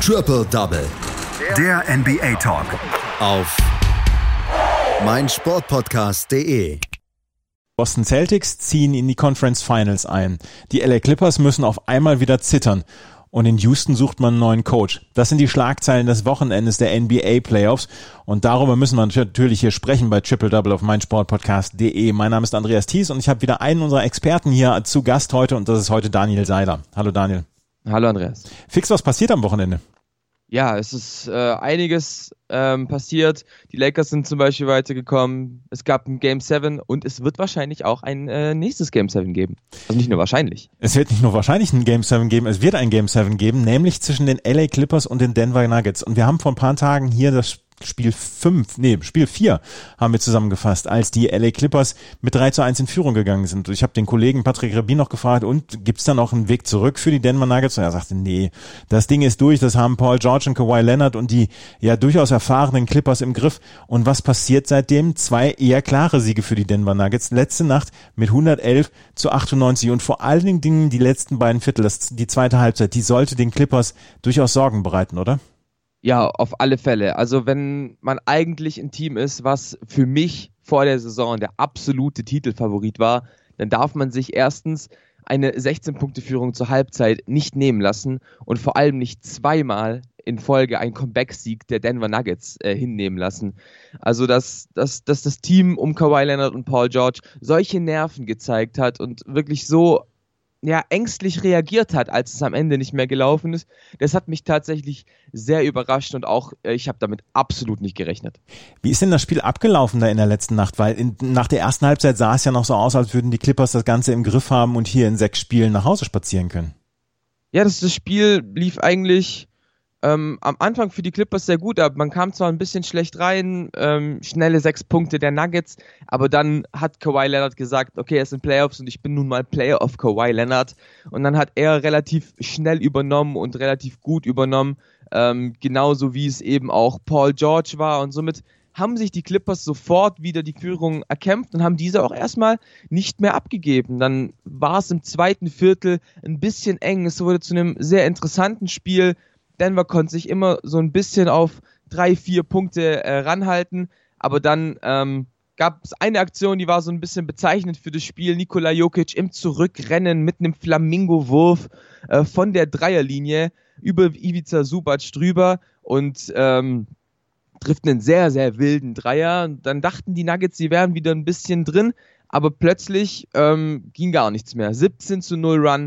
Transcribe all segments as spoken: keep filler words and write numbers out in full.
Triple Double. Der N B A Talk. Auf meinsportpodcast punkt de. Boston Celtics ziehen in die Conference Finals ein. Die L A Clippers müssen auf einmal wieder zittern. Und in Houston sucht man einen neuen Coach. Das sind die Schlagzeilen des Wochenendes der N B A Playoffs. Und darüber müssen wir natürlich hier sprechen bei Triple Double auf meinsportpodcast punkt de. Mein Name ist Andreas Thies und ich habe wieder einen unserer Experten hier zu Gast heute. Und das ist heute Daniel Seiler. Hallo Daniel. Hallo Andreas. Fix, was passiert am Wochenende? Ja, es ist äh, einiges ähm, passiert. Die Lakers sind zum Beispiel weitergekommen. Es gab ein Game sieben und es wird wahrscheinlich auch ein äh, nächstes Game sieben geben. Also nicht nur wahrscheinlich. Es wird nicht nur wahrscheinlich ein Game sieben geben, es wird ein Game sieben geben, nämlich zwischen den L A Clippers und den Denver Nuggets. Und wir haben vor ein paar Tagen hier das Spiel fünf, nee, Spiel vier haben wir zusammengefasst, als die L A Clippers mit drei zu eins in Führung gegangen sind. Ich habe den Kollegen Patrick Rabin noch gefragt, und gibt's da noch einen Weg zurück für die Denver Nuggets? Und er sagte, nee, das Ding ist durch, das haben Paul George und Kawhi Leonard und die ja durchaus erfahrenen Clippers im Griff. Und was passiert seitdem? Zwei eher klare Siege für die Denver Nuggets. Letzte Nacht mit hundertelf zu achtundneunzig und vor allen Dingen die letzten beiden Viertel, das, die zweite Halbzeit, die sollte den Clippers durchaus Sorgen bereiten, oder? Ja, auf alle Fälle. Also wenn man eigentlich ein Team ist, was für mich vor der Saison der absolute Titelfavorit war, dann darf man sich erstens eine sechzehn-Punkte-Führung zur Halbzeit nicht nehmen lassen und vor allem nicht zweimal in Folge einen Comeback-Sieg der Denver Nuggets äh, hinnehmen lassen. Also dass, dass, dass das Team um Kawhi Leonard und Paul George solche Nerven gezeigt hat und wirklich so ja, ängstlich reagiert hat, als es am Ende nicht mehr gelaufen ist. Das hat mich tatsächlich sehr überrascht und auch äh, ich habe damit absolut nicht gerechnet. Wie ist denn das Spiel abgelaufen da in der letzten Nacht? Weil in, nach der ersten Halbzeit sah es ja noch so aus, als würden die Clippers das Ganze im Griff haben und hier in sechs Spielen nach Hause spazieren können. Ja, das, das Spiel lief eigentlich ähm, am Anfang für die Clippers sehr gut ab. Man kam zwar ein bisschen schlecht rein, ähm, schnelle sechs Punkte der Nuggets, aber dann hat Kawhi Leonard gesagt, okay, es sind Playoffs und ich bin nun mal Player of Kawhi Leonard. Und dann hat er relativ schnell übernommen und relativ gut übernommen, ähm, genauso wie es eben auch Paul George war. Und somit haben sich die Clippers sofort wieder die Führung erkämpft und haben diese auch erstmal nicht mehr abgegeben. Dann war es im zweiten Viertel ein bisschen eng. Es wurde zu einem sehr interessanten Spiel. Denver konnte sich immer so ein bisschen auf drei, vier Punkte äh, ranhalten, aber dann ähm, gab es eine Aktion, die war so ein bisschen bezeichnend für das Spiel. Nikola Jokic im Zurückrennen mit einem Flamingo-Wurf äh, von der Dreierlinie über Ivica Zubac drüber und ähm, trifft einen sehr, sehr wilden Dreier. Und dann dachten die Nuggets, sie wären wieder ein bisschen drin, aber plötzlich ähm, ging gar nichts mehr. siebzehn zu null Run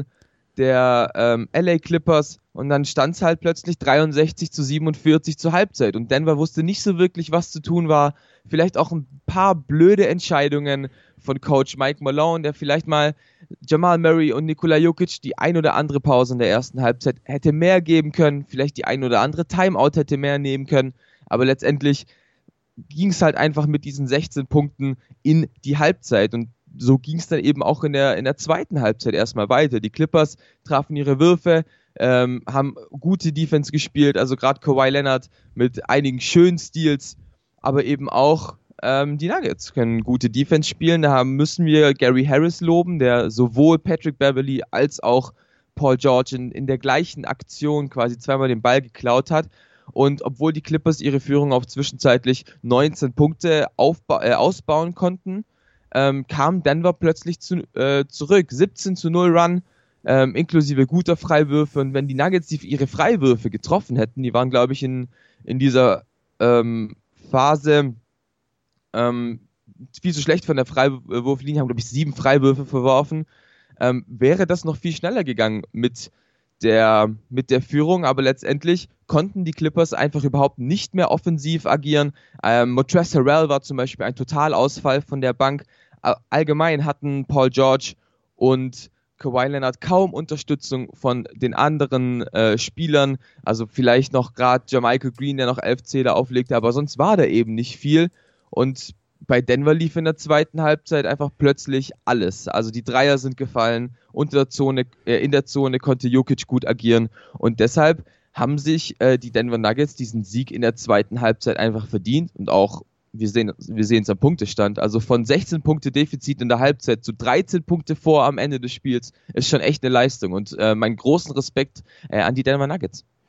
der ähm, L A Clippers und dann stand es halt plötzlich dreiundsechzig zu siebenundvierzig zur Halbzeit und Denver wusste nicht so wirklich, was zu tun war. Vielleicht auch ein paar blöde Entscheidungen von Coach Mike Malone, der vielleicht mal Jamal Murray und Nikola Jokic die ein oder andere Pause in der ersten Halbzeit hätte mehr geben können, vielleicht die ein oder andere Timeout hätte mehr nehmen können, aber letztendlich ging es halt einfach mit diesen sechzehn Punkten in die Halbzeit und so ging es dann eben auch in der, in der zweiten Halbzeit erstmal weiter. Die Clippers trafen ihre Würfe, ähm, haben gute Defense gespielt, also gerade Kawhi Leonard mit einigen schönen Steals, aber eben auch ähm, die Nuggets können gute Defense spielen. Da haben, müssen wir Gary Harris loben, der sowohl Patrick Beverley als auch Paul George in, in der gleichen Aktion quasi zweimal den Ball geklaut hat. Und obwohl die Clippers ihre Führung auf zwischenzeitlich neunzehn Punkte aufba- äh, ausbauen konnten, Ähm, kam Denver plötzlich zu, äh, zurück. siebzehn zu null Run, ähm, inklusive guter Freiwürfe. Und wenn die Nuggets die ihre Freiwürfe getroffen hätten, die waren, glaube ich, in, in dieser ähm, Phase ähm, viel zu schlecht von der Freiwurflinie, haben, glaube ich, sieben Freiwürfe verworfen, ähm, wäre das noch viel schneller gegangen mit der, mit der Führung. Aber letztendlich konnten die Clippers einfach überhaupt nicht mehr offensiv agieren. Ähm, Montrezl Harrell war zum Beispiel ein Totalausfall von der Bank. Allgemein hatten Paul George und Kawhi Leonard kaum Unterstützung von den anderen äh, Spielern. Also vielleicht noch gerade Jermichael Green, der noch elf Zähler auflegte, aber sonst war da eben nicht viel. Und bei Denver lief in der zweiten Halbzeit einfach plötzlich alles. Also die Dreier sind gefallen, unter der Zone, äh, in der Zone konnte Jokic gut agieren und deshalb haben sich äh, die Denver Nuggets diesen Sieg in der zweiten Halbzeit einfach verdient und auch wir sehen wir sehen es am Punktestand. Also von sechzehn Punkte Defizit in der Halbzeit zu dreizehn Punkte vor am Ende des Spiels ist schon echt eine Leistung und äh, meinen großen Respekt äh, an die Denver Nuggets.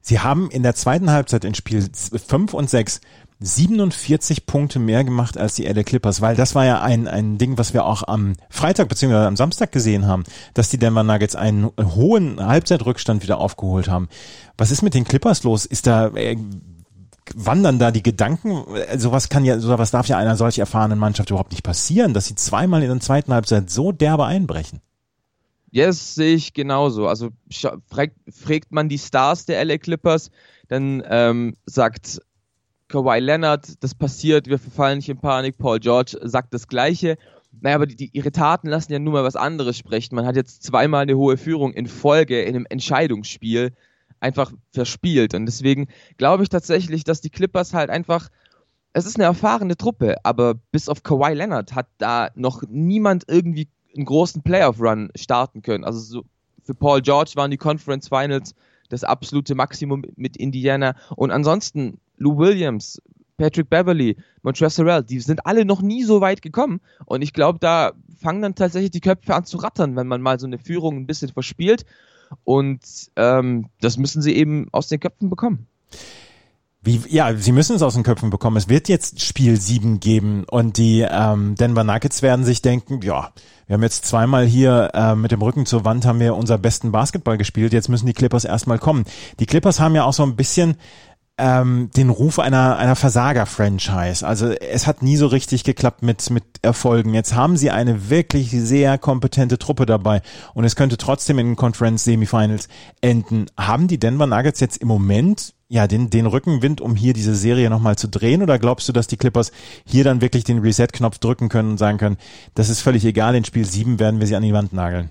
Sie haben in der zweiten Halbzeit in Spiel fünf und sechs siebenundvierzig Punkte mehr gemacht als die L A Clippers, weil das war ja ein ein Ding, was wir auch am Freitag bzw. am Samstag gesehen haben, dass die Denver Nuggets einen hohen Halbzeitrückstand wieder aufgeholt haben. Was ist mit den Clippers los? Ist da äh, wandern da die Gedanken? Sowas kann ja, sowas darf ja einer solch erfahrenen Mannschaft überhaupt nicht passieren, dass sie zweimal in der zweiten Halbzeit so derbe einbrechen. Ja, das sehe ich genauso. Also fragt, fragt man die Stars der L A Clippers, dann ähm, sagt Kawhi Leonard, das passiert, wir verfallen nicht in Panik. Paul George sagt das Gleiche. Naja, aber die, die, ihre Taten lassen ja nur mal was anderes sprechen. Man hat jetzt zweimal eine hohe Führung in Folge in einem Entscheidungsspiel einfach verspielt. Und deswegen glaube ich tatsächlich, dass die Clippers halt einfach, es ist eine erfahrene Truppe, aber bis auf Kawhi Leonard hat da noch niemand irgendwie einen großen Playoff-Run starten können. Also so für Paul George waren die Conference Finals das absolute Maximum mit Indiana. Und ansonsten Lou Williams, Patrick Beverley, Montrezl Harrell, die sind alle noch nie so weit gekommen. Und ich glaube, da fangen dann tatsächlich die Köpfe an zu rattern, wenn man mal so eine Führung ein bisschen verspielt. Und ähm, das müssen sie eben aus den Köpfen bekommen. Wie, ja, sie müssen es aus den Köpfen bekommen. Es wird jetzt Spiel sieben geben und die ähm, Denver Nuggets werden sich denken, ja, wir haben jetzt zweimal hier äh, mit dem Rücken zur Wand haben wir unser besten Basketball gespielt, jetzt müssen die Clippers erstmal kommen. Die Clippers haben ja auch so ein bisschen ähm, den Ruf einer einer Versager-Franchise. Also es hat nie so richtig geklappt mit mit Erfolgen. Jetzt haben sie eine wirklich sehr kompetente Truppe dabei und es könnte trotzdem in den Conference-Semifinals enden. Haben die Denver Nuggets jetzt im Moment ja den den Rückenwind, um hier diese Serie nochmal zu drehen, oder glaubst du, dass die Clippers hier dann wirklich den Reset-Knopf drücken können und sagen können, das ist völlig egal, in Spiel sieben werden wir sie an die Wand nageln?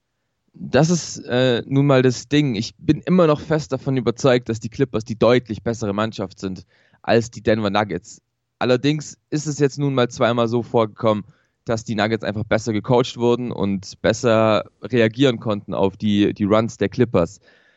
Das ist äh, nun mal das Ding. Ich bin immer noch fest davon überzeugt, dass die Clippers die deutlich bessere Mannschaft sind als die Denver Nuggets. Allerdings ist es jetzt nun mal zweimal so vorgekommen, dass die Nuggets einfach besser gecoacht wurden und besser reagieren konnten auf die, die Runs der Clippers.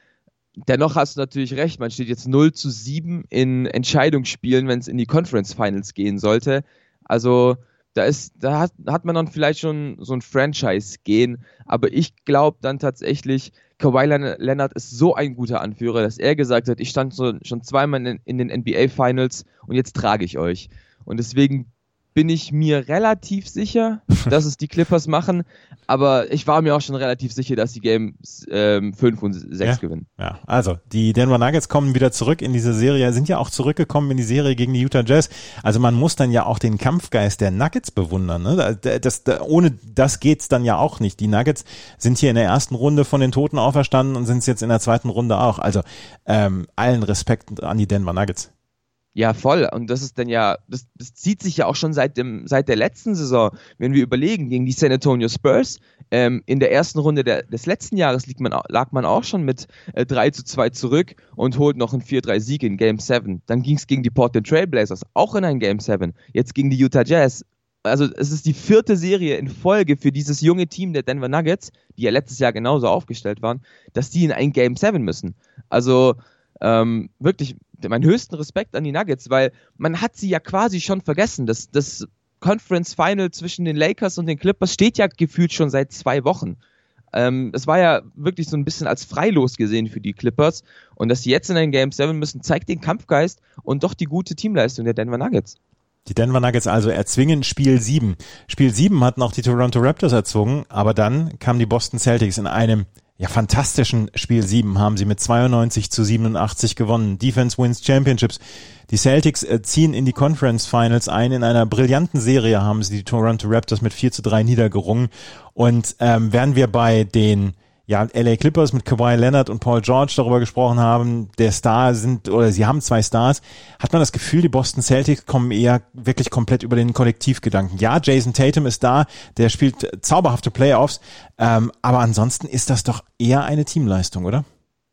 Dennoch hast du natürlich recht, man steht jetzt null zu sieben in Entscheidungsspielen, wenn es in die Conference Finals gehen sollte. Also da ist, da hat, hat man dann vielleicht schon so ein Franchise-Gehen, aber ich glaube dann tatsächlich, Kawhi Leonard ist so ein guter Anführer, dass er gesagt hat, ich stand so, schon zweimal in, in den N B A Finals und jetzt trage ich euch. Und deswegen bin ich mir relativ sicher, dass es die Clippers machen, aber ich war mir auch schon relativ sicher, dass die Games ähm, fünf und sechs ja, gewinnen. Ja, also die Denver Nuggets kommen wieder zurück in diese Serie, sind ja auch zurückgekommen in die Serie gegen die Utah Jazz. Also man muss dann ja auch den Kampfgeist der Nuggets bewundern. Ne? Das, das, das, ohne das geht's dann ja auch nicht. Die Nuggets sind hier in der ersten Runde von den Toten auferstanden und sind es jetzt in der zweiten Runde auch. Also ähm, allen Respekt an die Denver Nuggets. Ja, voll. Und das ist dann ja, das, das zieht sich ja auch schon seit dem, seit der letzten Saison. Wenn wir überlegen, gegen die San Antonio Spurs, ähm, in der ersten Runde der, des letzten Jahres liegt man, lag man auch schon mit äh, drei zu zwei zurück und holt noch einen vier drei Sieg in Game sieben. Dann ging es gegen die Portland Trail Blazers, auch in ein Game sieben. Jetzt gegen die Utah Jazz. Also es ist die vierte Serie in Folge für dieses junge Team der Denver Nuggets, die ja letztes Jahr genauso aufgestellt waren, dass die in ein Game sieben müssen. Also ähm, wirklich meinen höchsten Respekt an die Nuggets, weil man hat sie ja quasi schon vergessen. Das, das Conference Final zwischen den Lakers und den Clippers steht ja gefühlt schon seit zwei Wochen. Ähm, es war ja wirklich so ein bisschen als freilos gesehen für die Clippers, und dass sie jetzt in ein Game sieben müssen, zeigt den Kampfgeist und doch die gute Teamleistung der Denver Nuggets. Die Denver Nuggets also erzwingen Spiel sieben. Spiel sieben hatten auch die Toronto Raptors erzwungen, aber dann kamen die Boston Celtics in einem ja fantastischen Spiel sieben, haben sie mit zweiundneunzig zu siebenundachtzig gewonnen. Defense wins Championships. Die Celtics äh, ziehen in die Conference Finals ein. In einer brillanten Serie haben sie die Toronto Raptors mit vier zu drei niedergerungen. Und ähm, während wir bei den ja, L A Clippers mit Kawhi Leonard und Paul George darüber gesprochen haben, der Star sind, oder sie haben zwei Stars, hat man das Gefühl, die Boston Celtics kommen eher wirklich komplett über den Kollektivgedanken. Ja, Jason Tatum ist da, der spielt zauberhafte Playoffs, ähm, aber ansonsten ist das doch eher eine Teamleistung, oder?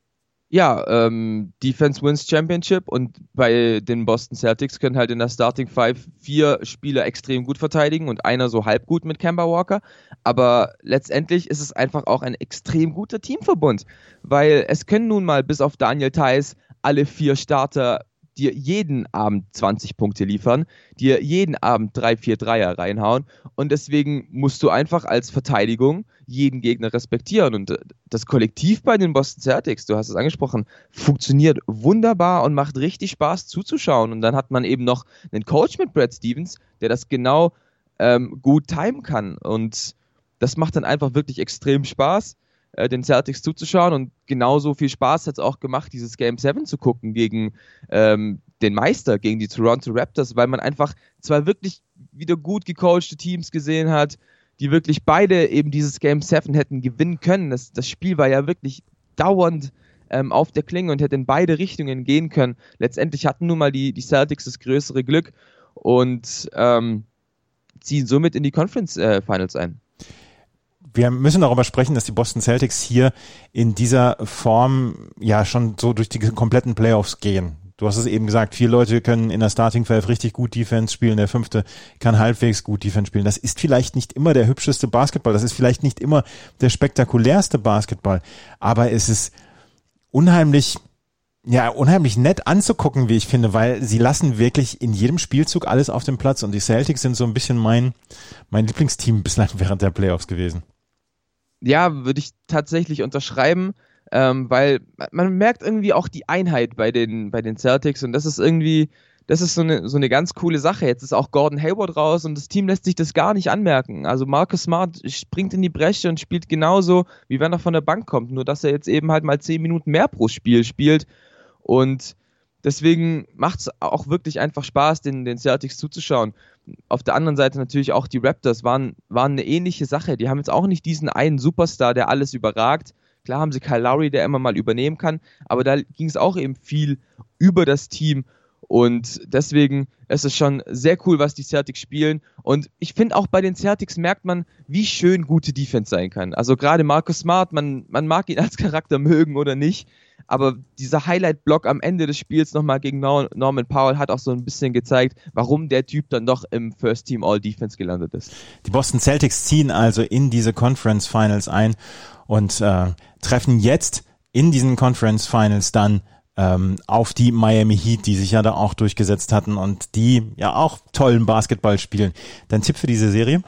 Ja, ähm, Defense wins Championship, und bei den Boston Celtics können halt in der Starting Five vier Spieler extrem gut verteidigen und einer so halb gut mit Kemba Walker, aber letztendlich ist es einfach auch ein extrem guter Teamverbund, weil es können nun mal bis auf Daniel Theis alle vier Starter dir jeden Abend zwanzig Punkte liefern, dir jeden Abend drei, vier Dreier reinhauen und deswegen musst du einfach als Verteidigung jeden Gegner respektieren und das Kollektiv bei den Boston Celtics, du hast es angesprochen, funktioniert wunderbar und macht richtig Spaß zuzuschauen und dann hat man eben noch einen Coach mit Brad Stevens, der das genau ähm, gut timen kann und das macht dann einfach wirklich extrem Spaß, äh, den Celtics zuzuschauen und genauso viel Spaß hat es auch gemacht, dieses Game sieben zu gucken gegen ähm, den Meister, gegen die Toronto Raptors, weil man einfach zwei wirklich wieder gut gecoachte Teams gesehen hat, die wirklich beide eben dieses Game sieben hätten gewinnen können. Das, das Spiel war ja wirklich dauernd ähm, auf der Klinge und hätte in beide Richtungen gehen können. Letztendlich hatten nun mal die, die Celtics das größere Glück und ähm, ziehen somit in die Conference äh, Finals ein. Wir müssen darüber sprechen, dass die Boston Celtics hier in dieser Form ja schon so durch die kompletten Playoffs gehen. Du hast es eben gesagt, vier Leute können in der Starting Five richtig gut Defense spielen, der fünfte kann halbwegs gut Defense spielen. Das ist vielleicht nicht immer der hübscheste Basketball, das ist vielleicht nicht immer der spektakulärste Basketball, aber es ist unheimlich, ja, unheimlich nett anzugucken, wie ich finde, weil sie lassen wirklich in jedem Spielzug alles auf dem Platz und die Celtics sind so ein bisschen mein, mein Lieblingsteam bislang während der Playoffs gewesen. Ja, würde ich tatsächlich unterschreiben. Ähm, weil man merkt irgendwie auch die Einheit bei den, bei den Celtics und das ist irgendwie, das ist so eine, so eine ganz coole Sache. Jetzt ist auch Gordon Hayward raus und das Team lässt sich das gar nicht anmerken. Also Marcus Smart springt in die Bresche und spielt genauso, wie wenn er von der Bank kommt, nur dass er jetzt eben halt mal zehn Minuten mehr pro Spiel spielt und deswegen macht es auch wirklich einfach Spaß, den, den Celtics zuzuschauen. Auf der anderen Seite natürlich auch die Raptors waren, waren eine ähnliche Sache. Die haben jetzt auch nicht diesen einen Superstar, der alles überragt. Klar haben sie Kyle Lowry, der immer mal übernehmen kann, aber da ging es auch eben viel über das Team und deswegen ist es schon sehr cool, was die Celtics spielen und ich finde auch bei den Celtics merkt man, wie schön gute Defense sein kann. Also gerade Marcus Smart, man, man mag ihn als Charakter mögen oder nicht, aber dieser Highlight-Block am Ende des Spiels nochmal gegen Norman Powell hat auch so ein bisschen gezeigt, warum der Typ dann doch im First Team All-Defense gelandet ist. Die Boston Celtics ziehen also in diese Conference Finals ein und äh, treffen jetzt in diesen Conference Finals dann ähm, auf die Miami Heat, die sich ja da auch durchgesetzt hatten und die ja auch tollen Basketball spielen. Dein Tipp für diese Serie?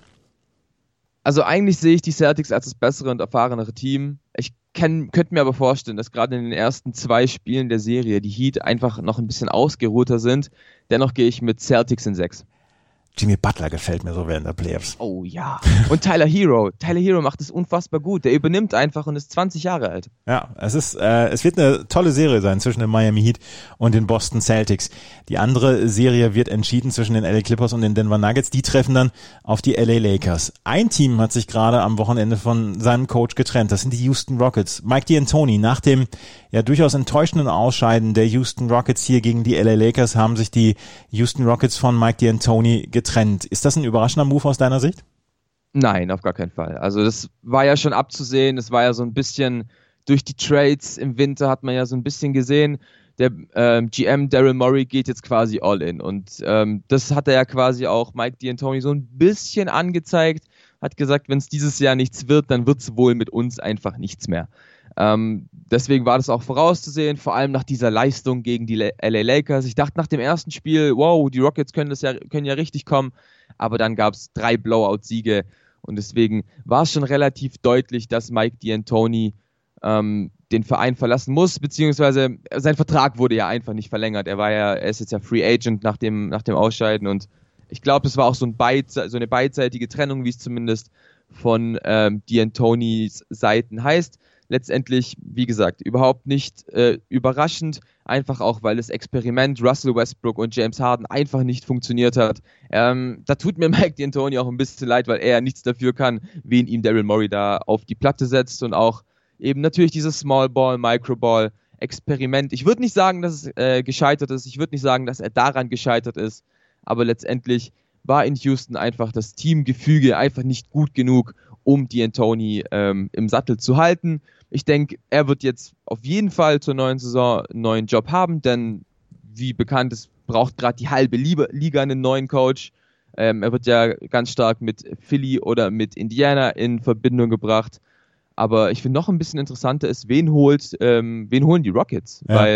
Also eigentlich sehe ich die Celtics als das bessere und erfahrenere Team. Ich kann, könnte mir aber vorstellen, dass gerade in den ersten zwei Spielen der Serie die Heat einfach noch ein bisschen ausgeruhter sind. Dennoch gehe ich mit Celtics in sechs. Jimmy Butler gefällt mir so während der Playoffs. Oh ja. Und Tyler Hero. Tyler Hero macht es unfassbar gut. Der übernimmt einfach und ist zwanzig Jahre alt. Ja, es ist, äh, es wird eine tolle Serie sein zwischen den Miami Heat und den Boston Celtics. Die andere Serie wird entschieden zwischen den L A Clippers und den Denver Nuggets. Die treffen dann auf die L A Lakers. Ein Team hat sich gerade am Wochenende von seinem Coach getrennt. Das sind die Houston Rockets. Mike D'Antoni, nach dem ja durchaus enttäuschenden Ausscheiden der Houston Rockets hier gegen die L A Lakers, haben sich die Houston Rockets von Mike D'Antoni getrennt. Trend. Ist das ein überraschender Move aus deiner Sicht? Nein, auf gar keinen Fall. Also das war ja schon abzusehen. Es war ja so ein bisschen durch die Trades im Winter hat man ja so ein bisschen gesehen, der ähm, G M Daryl Morey geht jetzt quasi all in und ähm, das hat er ja quasi auch Mike D'Antoni so ein bisschen angezeigt, hat gesagt, wenn es dieses Jahr nichts wird, dann wird es wohl mit uns einfach nichts mehr. Ähm, deswegen war das auch vorauszusehen, vor allem nach dieser Leistung gegen die L A Lakers. Ich dachte nach dem ersten Spiel, wow, die Rockets können das ja, können ja richtig kommen, aber dann gab es drei Blowout-Siege und deswegen war es schon relativ deutlich, dass Mike D'Antoni ähm, den Verein verlassen muss, beziehungsweise sein Vertrag wurde ja einfach nicht verlängert. Er war ja, er ist jetzt ja Free Agent nach dem, nach dem Ausscheiden und ich glaube, es war auch so, ein beidse- so eine beidseitige Trennung, wie es zumindest von ähm, D'Antonis Seiten heißt. Letztendlich, wie gesagt, überhaupt nicht äh, überraschend, einfach auch, weil das Experiment Russell Westbrook und James Harden einfach nicht funktioniert hat. Ähm, da tut mir Mike D'Antoni auch ein bisschen leid, weil er nichts dafür kann, wen ihm Daryl Morey da auf die Platte setzt und auch eben natürlich dieses Small Ball, Micro Ball Experiment. Ich würde nicht sagen, dass es äh, gescheitert ist, ich würde nicht sagen, dass er daran gescheitert ist, aber letztendlich war in Houston einfach das Teamgefüge einfach nicht gut genug, um D'Antoni ähm, im Sattel zu halten. Ich denke, er wird jetzt auf jeden Fall zur neuen Saison einen neuen Job haben, denn wie bekannt ist, braucht gerade die halbe Liga einen neuen Coach. Ähm, er wird ja ganz stark mit Philly oder mit Indiana in Verbindung gebracht. Aber ich finde noch ein bisschen interessanter ist, wen holt, ähm, wen holen die Rockets? Ja. Weil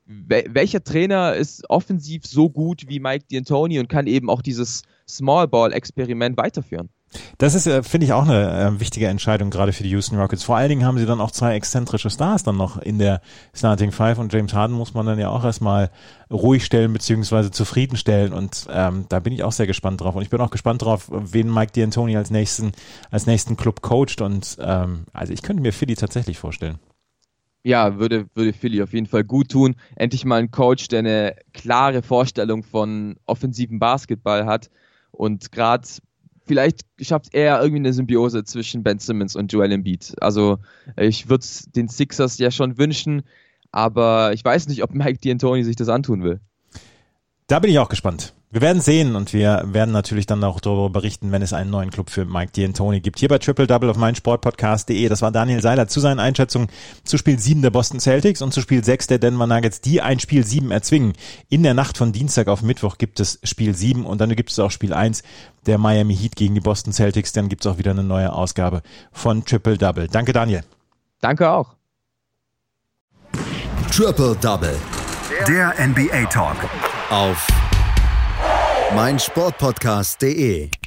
welcher Trainer ist offensiv so gut wie Mike D'Antoni und kann eben auch dieses Small-Ball-Experiment weiterführen? Das ist, äh, finde ich, auch eine äh, wichtige Entscheidung, gerade für die Houston Rockets. Vor allen Dingen haben sie dann auch zwei exzentrische Stars dann noch in der Starting Five und James Harden muss man dann ja auch erstmal ruhig stellen beziehungsweise zufriedenstellen und ähm, da bin ich auch sehr gespannt drauf und ich bin auch gespannt drauf, wen Mike D'Antoni als nächsten, als nächsten Club coacht und ähm, also ich könnte mir Philly tatsächlich vorstellen. Ja, würde, würde Philly auf jeden Fall gut tun. Endlich mal ein Coach, der eine klare Vorstellung von offensiven Basketball hat und gerade vielleicht schafft er irgendwie eine Symbiose zwischen Ben Simmons und Joel Embiid. Also ich würde es den Sixers ja schon wünschen, aber ich weiß nicht, ob Mike D'Antoni sich das antun will. Da bin ich auch gespannt. Wir werden sehen und wir werden natürlich dann auch darüber berichten, wenn es einen neuen Club für Mike D'Antoni gibt. Hier bei Triple Double auf meinsportpodcast punkt de. Das war Daniel Seiler zu seinen Einschätzungen zu Spiel sieben der Boston Celtics und zu Spiel sechs der Denver Nuggets, die ein Spiel sieben erzwingen. In der Nacht von Dienstag auf Mittwoch gibt es Spiel sieben und dann gibt es auch Spiel eins der Miami Heat gegen die Boston Celtics. Dann gibt es auch wieder eine neue Ausgabe von Triple Double. Danke, Daniel. Danke auch. Triple Double. Der N B A Talk. Auf meinsportpodcast punkt de.